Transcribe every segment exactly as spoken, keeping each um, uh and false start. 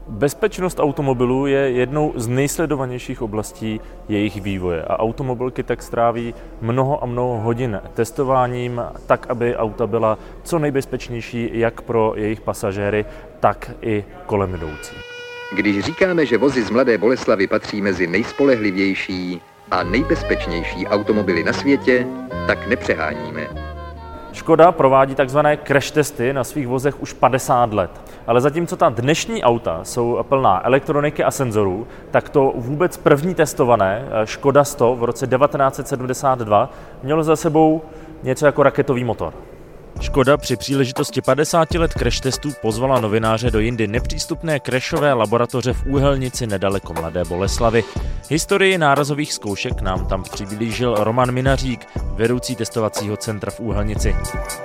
Bezpečnost automobilů je jednou z nejsledovanějších oblastí jejich vývoje a automobilky tak stráví mnoho a mnoho hodin testováním, tak aby auta byla co nejbezpečnější jak pro jejich pasažéry, tak i kolem jdoucí. Když říkáme, že vozy z Mladé Boleslavi patří mezi nejspolehlivější a nejbezpečnější automobily na světě, tak nepřeháníme. Škoda provádí takzvané crash testy na svých vozech už padesát let. Ale zatímco ta dnešní auta jsou plná elektroniky a senzorů, tak to vůbec první testované Škoda sto v roce devatenáct set sedmdesát dva mělo za sebou něco jako raketový motor. Škoda při příležitosti padesáti let crash testů pozvala novináře do jindy nepřístupné crashové laboratoře v Úhelnici nedaleko Mladé Boleslavi. Historii nárazových zkoušek nám tam přiblížil Roman Minařík, vedoucí testovacího centra v Úhelnici.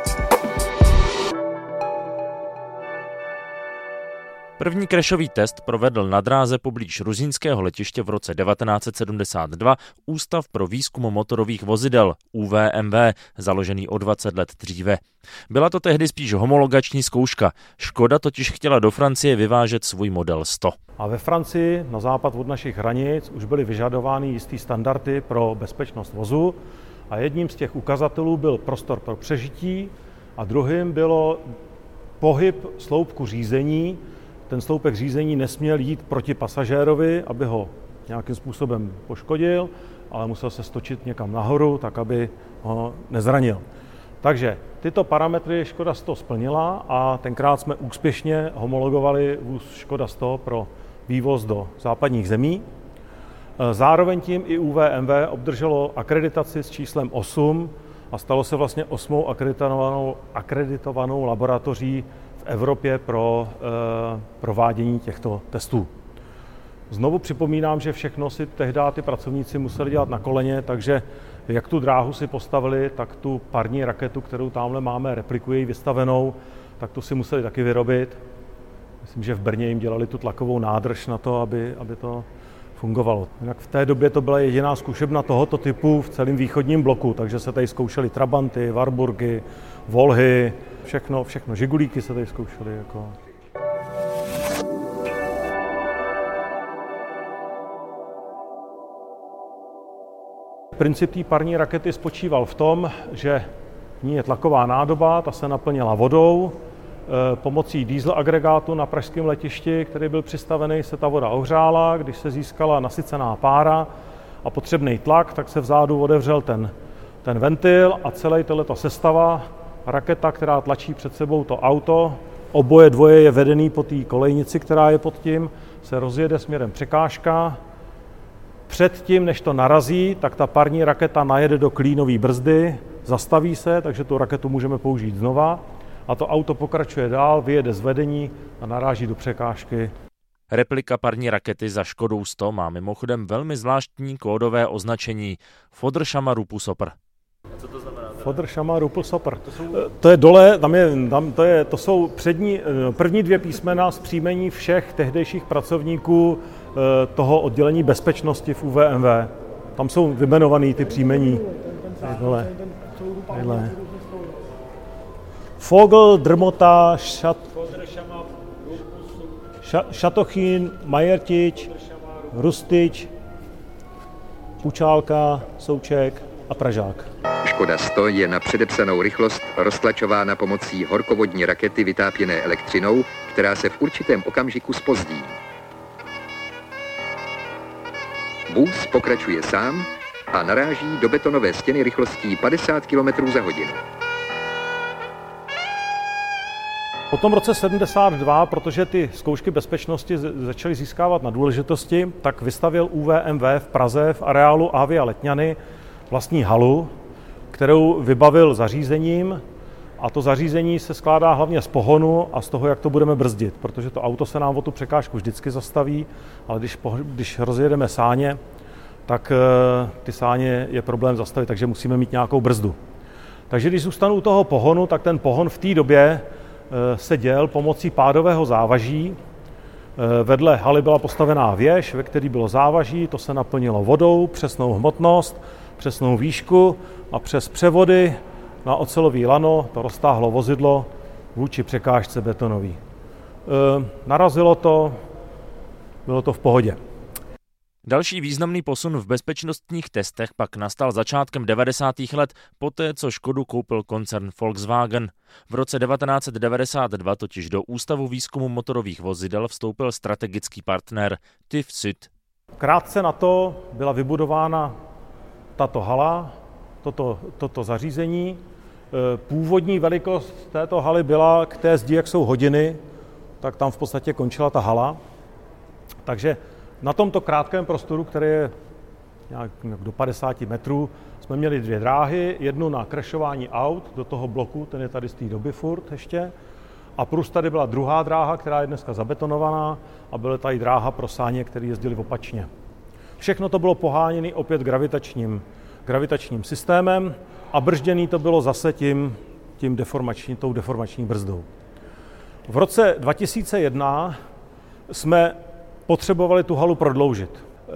První crashový test provedl na dráze poblíž ruzyňského letiště v roce devatenáct set sedmdesát dva Ústav pro výzkum motorových vozidel U V M V, založený o dvacet let dříve. Byla to tehdy spíš homologační zkouška. Škoda totiž chtěla do Francie vyvážet svůj model sto. A ve Francii, na západ od našich hranic, už byly vyžadovány jistý standardy pro bezpečnost vozu a jedním z těch ukazatelů byl prostor pro přežití a druhým bylo pohyb sloupku řízení. Ten sloupek řízení nesměl jít proti pasažérovi, aby ho nějakým způsobem poškodil, ale musel se stočit někam nahoru, tak aby ho nezranil. Takže tyto parametry Škoda sto splnila a tenkrát jsme úspěšně homologovali vůz Škoda sto pro vývoz do západních zemí. Zároveň tím i U V M V obdrželo akreditaci s číslem osm a stalo se vlastně osmou akreditovanou, akreditovanou laboratoří v Evropě pro e, provádění těchto testů. Znovu připomínám, že všechno si tehdy ty pracovníci museli dělat na koleně, takže jak tu dráhu si postavili, tak tu parní raketu, kterou tamhle máme, replikují vystavenou, tak tu si museli taky vyrobit. Myslím, že v Brně jim dělali tu tlakovou nádrž na to, aby, aby to fungovalo. Jinak v té době to byla jediná zkušebna tohoto typu v celém východním bloku, takže se tady zkoušely Trabanty, Warburgy, Volhy, všechno, všechno, Žigulíky se tady zkoušely. Jako. Princip té parní rakety spočíval v tom, že v ní je tlaková nádoba, ta se naplnila vodou, pomocí diesel agregátu na pražském letišti, který byl přistavený, se ta voda ohřála, když se získala nasycená pára a potřebný tlak, tak se vzadu otevřel ten, ten ventil a celý tato sestava, raketa, která tlačí před sebou to auto, oboje dvoje je vedený po té kolejnici, která je pod tím, se rozjede směrem překážka. Předtím, než to narazí, tak ta parní raketa najede do klínové brzdy, zastaví se, takže tu raketu můžeme použít znova. A to auto pokračuje dál, vyjede z vedení a naráží do překážky. Replika parní rakety za Škodou sto má mimochodem velmi zvláštní kódové označení Fodršama Rupusopr. Co to znamená? Fodršama Rupusopr. To, jsou... to je dole, tam je, tam to, je, to jsou přední, první dvě písmena z příjmení všech tehdejších pracovníků toho oddělení bezpečnosti v U V M V. Tam jsou vyjmenovaný ty příjmení. Dole. Dole. Fogl, Drmota, šat, ša, Šatochín, Majertič, Rustič, Pučálka, Souček a Pražák. Škoda sto je na předepsanou rychlost roztlačována pomocí horkovodní rakety vytápěné elektřinou, která se v určitém okamžiku zpozdí. Vůz pokračuje sám a naráží do betonové stěny rychlostí padesát kilometrů za hodinu. Po tom roce sedmdesát dva, protože ty zkoušky bezpečnosti začaly získávat na důležitosti, tak vystavěl U V M V v Praze v areálu Avia Letňany vlastní halu, kterou vybavil zařízením a to zařízení se skládá hlavně z pohonu a z toho, jak to budeme brzdit, protože to auto se nám o tu překážku vždycky zastaví, ale když, když rozjedeme sáně, tak ty sáně je problém zastavit, takže musíme mít nějakou brzdu. Takže když zůstanu u toho pohonu, tak ten pohon v té době se děl pomocí pádového závaží. Vedle haly byla postavená věž, ve které bylo závaží, to se naplnilo vodou, přesnou hmotnost, přesnou výšku a přes převody na ocelový lano to roztáhlo vozidlo vůči překážce betonový. E, narazilo to, bylo to v pohodě. Další významný posun v bezpečnostních testech pak nastal začátkem devadesátých let, poté co Škodu koupil koncern Volkswagen. V roce devatenáct set devadesát dva totiž do Ústavu výzkumu motorových vozidel vstoupil strategický partner T I F Süd. Krátce na to byla vybudována tato hala, toto, toto zařízení. Původní velikost této haly byla k té zdi, jak jsou hodiny, tak tam v podstatě končila ta hala. Takže na tomto krátkém prostoru, který je nějak do padesáti metrů, jsme měli dvě dráhy, jednu na crashování aut do toho bloku, ten je tady z té doby furt ještě, a plus tady byla druhá dráha, která je dneska zabetonovaná, a byla tady dráha pro sáně, které jezdili opačně. Všechno to bylo poháněné opět gravitačním, gravitačním systémem a bržděný to bylo zase tím, tím deformační, tou deformační brzdou. V roce dva tisíce jedna jsme potřebovali tu halu prodloužit.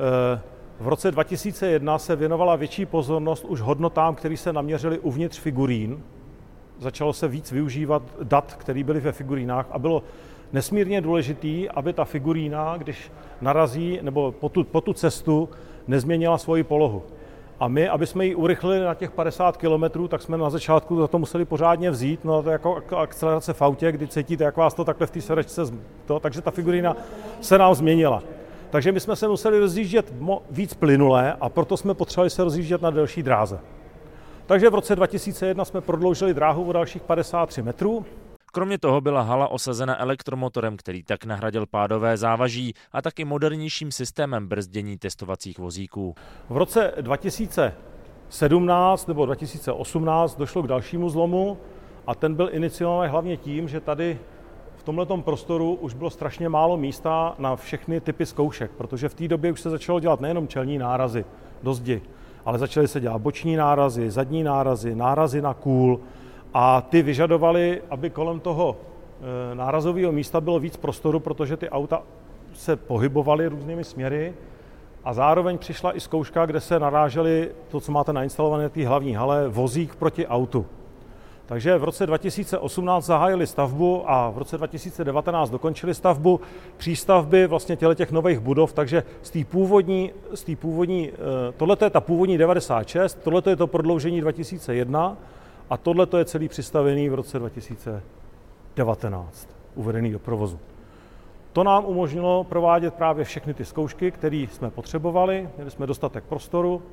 V roce dva tisíce jedna se věnovala větší pozornost už hodnotám, které se naměřily uvnitř figurín. Začalo se víc využívat dat, které byly ve figurínách, a bylo nesmírně důležitý, aby ta figurína, když narazí nebo po tu, po tu cestu, nezměnila svoji polohu. A my, aby jsme ji urychlili na těch padesát kilometrů, tak jsme na začátku za to museli pořádně vzít, no to je jako akcelerace v autě, kdy cítíte, jak vás to takhle v té sedačce, to, takže ta figurína se nám změnila. Takže my jsme se museli rozjíždět víc plynulé a proto jsme potřebovali se rozjíždět na delší dráze. Takže v roce dva tisíce jedna jsme prodloužili dráhu o dalších padesát tři metrů. Kromě toho byla hala osazena elektromotorem, který tak nahradil pádové závaží, a taky modernějším systémem brzdění testovacích vozíků. V roce dva tisíce sedmnáct nebo dva tisíce osmnáct došlo k dalšímu zlomu a ten byl iniciován hlavně tím, že tady v tomhletom prostoru už bylo strašně málo místa na všechny typy zkoušek, protože v té době už se začalo dělat nejenom čelní nárazy do zdi, ale začaly se dělat boční nárazy, zadní nárazy, nárazy na kůl, a ty vyžadovali, aby kolem toho nárazového místa bylo víc prostoru, protože ty auta se pohybovaly různými směry, a zároveň přišla i zkouška, kde se narážely to, co máte nainstalované v té hlavní hale, vozík proti autu. Takže v roce dva tisíce osmnáct zahájili stavbu a v roce dva tisíce devatenáct dokončili stavbu přístavby vlastně těch nových budov, takže z té původní, z té původní, tohleto je ta původní devadesát šest, tohleto je to prodloužení dva tisíce jedna a tohleto je celý přistavený v roce dva tisíce devatenáct, uvedený do provozu. To nám umožnilo provádět právě všechny ty zkoušky, které jsme potřebovali, měli jsme dostatek prostoru.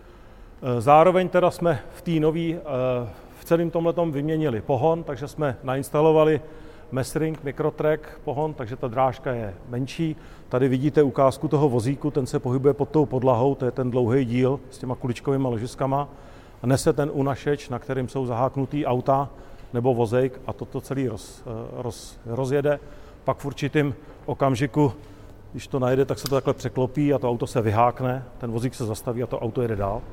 Zároveň teda jsme v té nový, v celém tomhletom vyměnili pohon, takže jsme nainstalovali Messring Microtrack pohon, takže ta drážka je menší. Tady vidíte ukázku toho vozíku, ten se pohybuje pod tou podlahou, to je ten dlouhý díl s těma kuličkovými ložiskama. A nese ten unašeč, na kterým jsou zaháknutý auta nebo vozejk, a toto celý roz, roz, rozjede. Pak v určitém okamžiku, když to najede, tak se to takhle překlopí a to auto se vyhákne, ten vozík se zastaví a to auto jede dál.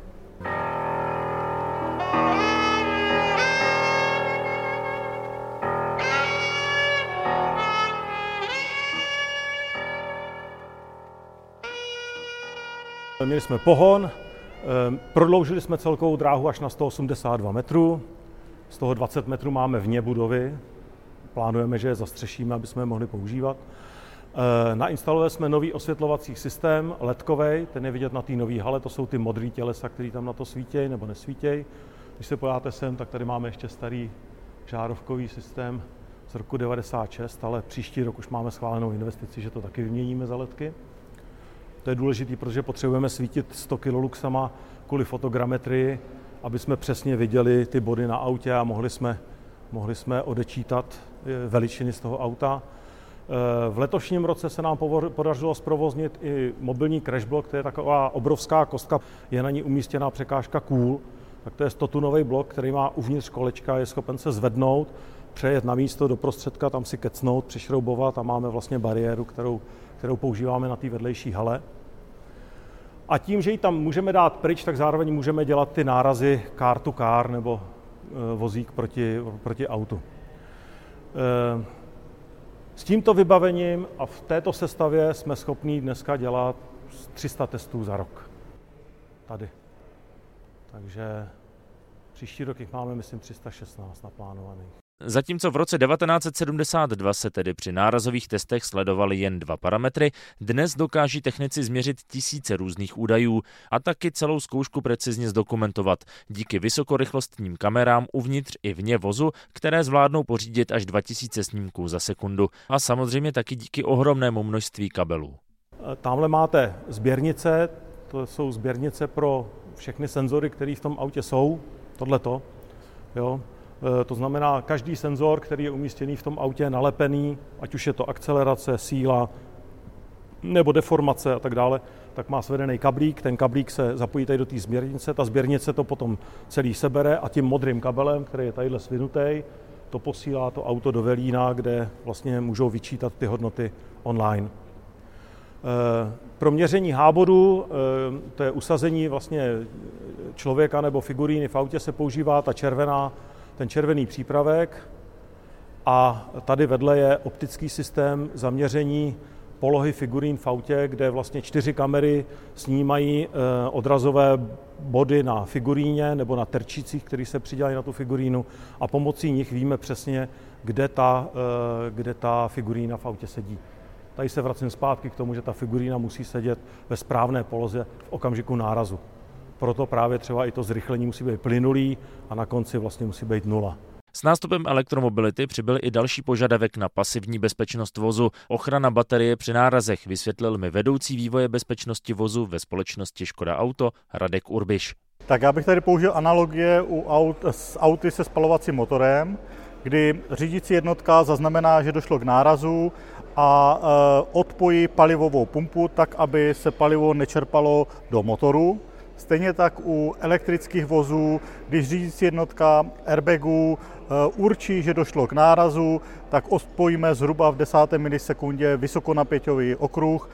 Měli jsme pohon, prodloužili jsme celkovou dráhu až na sto osmdesát dva metrů, z toho dvacet metrů máme vně budovy, plánujeme, že je zastřešíme, aby jsme je mohli používat. Nainstalovali jsme nový osvětlovací systém, ledkovej, ten je vidět na té nové hale, to jsou ty modrý tělesa, které tam na to svítějí nebo nesvítějí. Když se podíváte sem, tak tady máme ještě starý žárovkový systém z roku devadesát šest, ale příští rok už máme schválenou investici, že to taky vyměníme za ledky. To je důležité, protože potřebujeme svítit sto kiloluxama kvůli fotogrametrii, aby jsme přesně viděli ty body na autě a mohli jsme, mohli jsme odečítat veličiny z toho auta. V letošním roce se nám podařilo zprovoznit i mobilní crashblock, to je taková obrovská kostka, je na ní umístěná překážka kůl, tak to je stotunový blok, který má uvnitř kolečka, je schopen se zvednout, přejet na místo do prostředka, tam si kecnout, přišroubovat a máme vlastně bariéru, kterou, kterou používáme na té vedlejší hale. A tím, že ji tam můžeme dát pryč, tak zároveň můžeme dělat ty nárazy car to car nebo vozík proti, proti autu. S tímto vybavením a v této sestavě jsme schopni dneska dělat tři sta testů za rok. Tady. Takže příští rok jich máme, myslím, tři sta šestnáct naplánovaných. Zatímco v roce devatenáct set sedmdesát dva se tedy při nárazových testech sledovaly jen dva parametry, dnes dokáží technici změřit tisíce různých údajů a taky celou zkoušku precizně zdokumentovat díky vysokorychlostním kamerám uvnitř i vně vozu, které zvládnou pořídit až dva tisíce snímků za sekundu a samozřejmě taky díky ohromnému množství kabelů. Tamhle máte sběrnice, to jsou sběrnice pro všechny senzory, které v tom autě jsou, tohleto, jo. To znamená, každý senzor, který je umístěný v tom autě, je nalepený, ať už je to akcelerace, síla nebo deformace a tak dále, tak má svedený kablík, ten kablík se zapojí tady do té sběrnice, ta sběrnice to potom celý sebere a tím modrým kabelem, který je tadyhle svinutý, to posílá to auto do velína, kde vlastně můžou vyčítat ty hodnoty online. Pro měření háboru, to je usazení vlastně člověka nebo figuríny v autě, se používá ta červená, ten červený přípravek a tady vedle je optický systém zaměření polohy figurín v autě, kde vlastně čtyři kamery snímají odrazové body na figuríně nebo na terčících, které se přidělají na tu figurínu a pomocí nich víme přesně, kde ta, kde ta figurína v autě sedí. Tady se vracím zpátky k tomu, že ta figurína musí sedět ve správné poloze v okamžiku nárazu. Proto právě třeba i to zrychlení musí být plynulý a na konci vlastně musí být nula. S nástupem elektromobility přibyl i další požadavek na pasivní bezpečnost vozu. Ochrana baterie při nárazech, vysvětlil mi vedoucí vývoje bezpečnosti vozu ve společnosti Škoda Auto Radek Urbiš. Tak já bych tady použil analogie u aut, s auty se spalovacím motorem, kdy řídící jednotka zaznamená, že došlo k nárazu a e, odpojí palivovou pumpu tak, aby se palivo nečerpalo do motoru. Stejně tak u elektrických vozů, když řídící jednotka airbagu určí, že došlo k nárazu, tak odpojíme zhruba v desáté milisekundě vysokonapěťový okruh,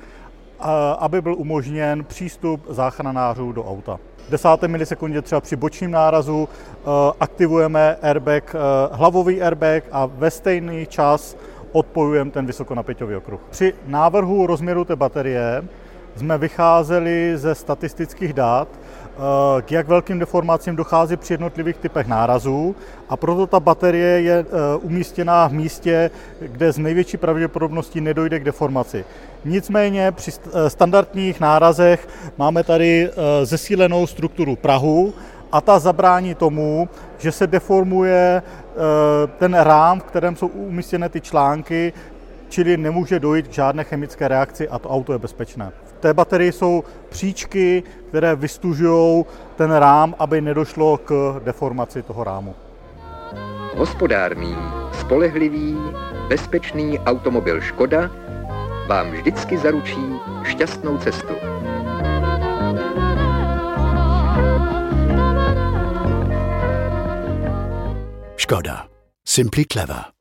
aby byl umožněn přístup záchranářů do auta. V desáté milisekundě třeba při bočním nárazu aktivujeme airbag, hlavový airbag a ve stejný čas odpojujeme ten vysokonapěťový okruh. Při návrhu rozměru té baterie jsme vycházeli ze statistických dat, k jak velkým deformacím dochází při jednotlivých typech nárazů a proto ta baterie je umístěná v místě, kde z největší pravděpodobností nedojde k deformaci. Nicméně při standardních nárazech máme tady zesílenou strukturu prahu a ta zabrání tomu, že se deformuje ten rám, v kterém jsou umístěné ty články, čili nemůže dojít k žádné chemické reakci a to auto je bezpečné. V té baterii jsou příčky, které vystužují ten rám, aby nedošlo k deformaci toho rámu. Hospodárný, spolehlivý, bezpečný automobil Škoda vám vždycky zaručí šťastnou cestu. Škoda. Simply clever.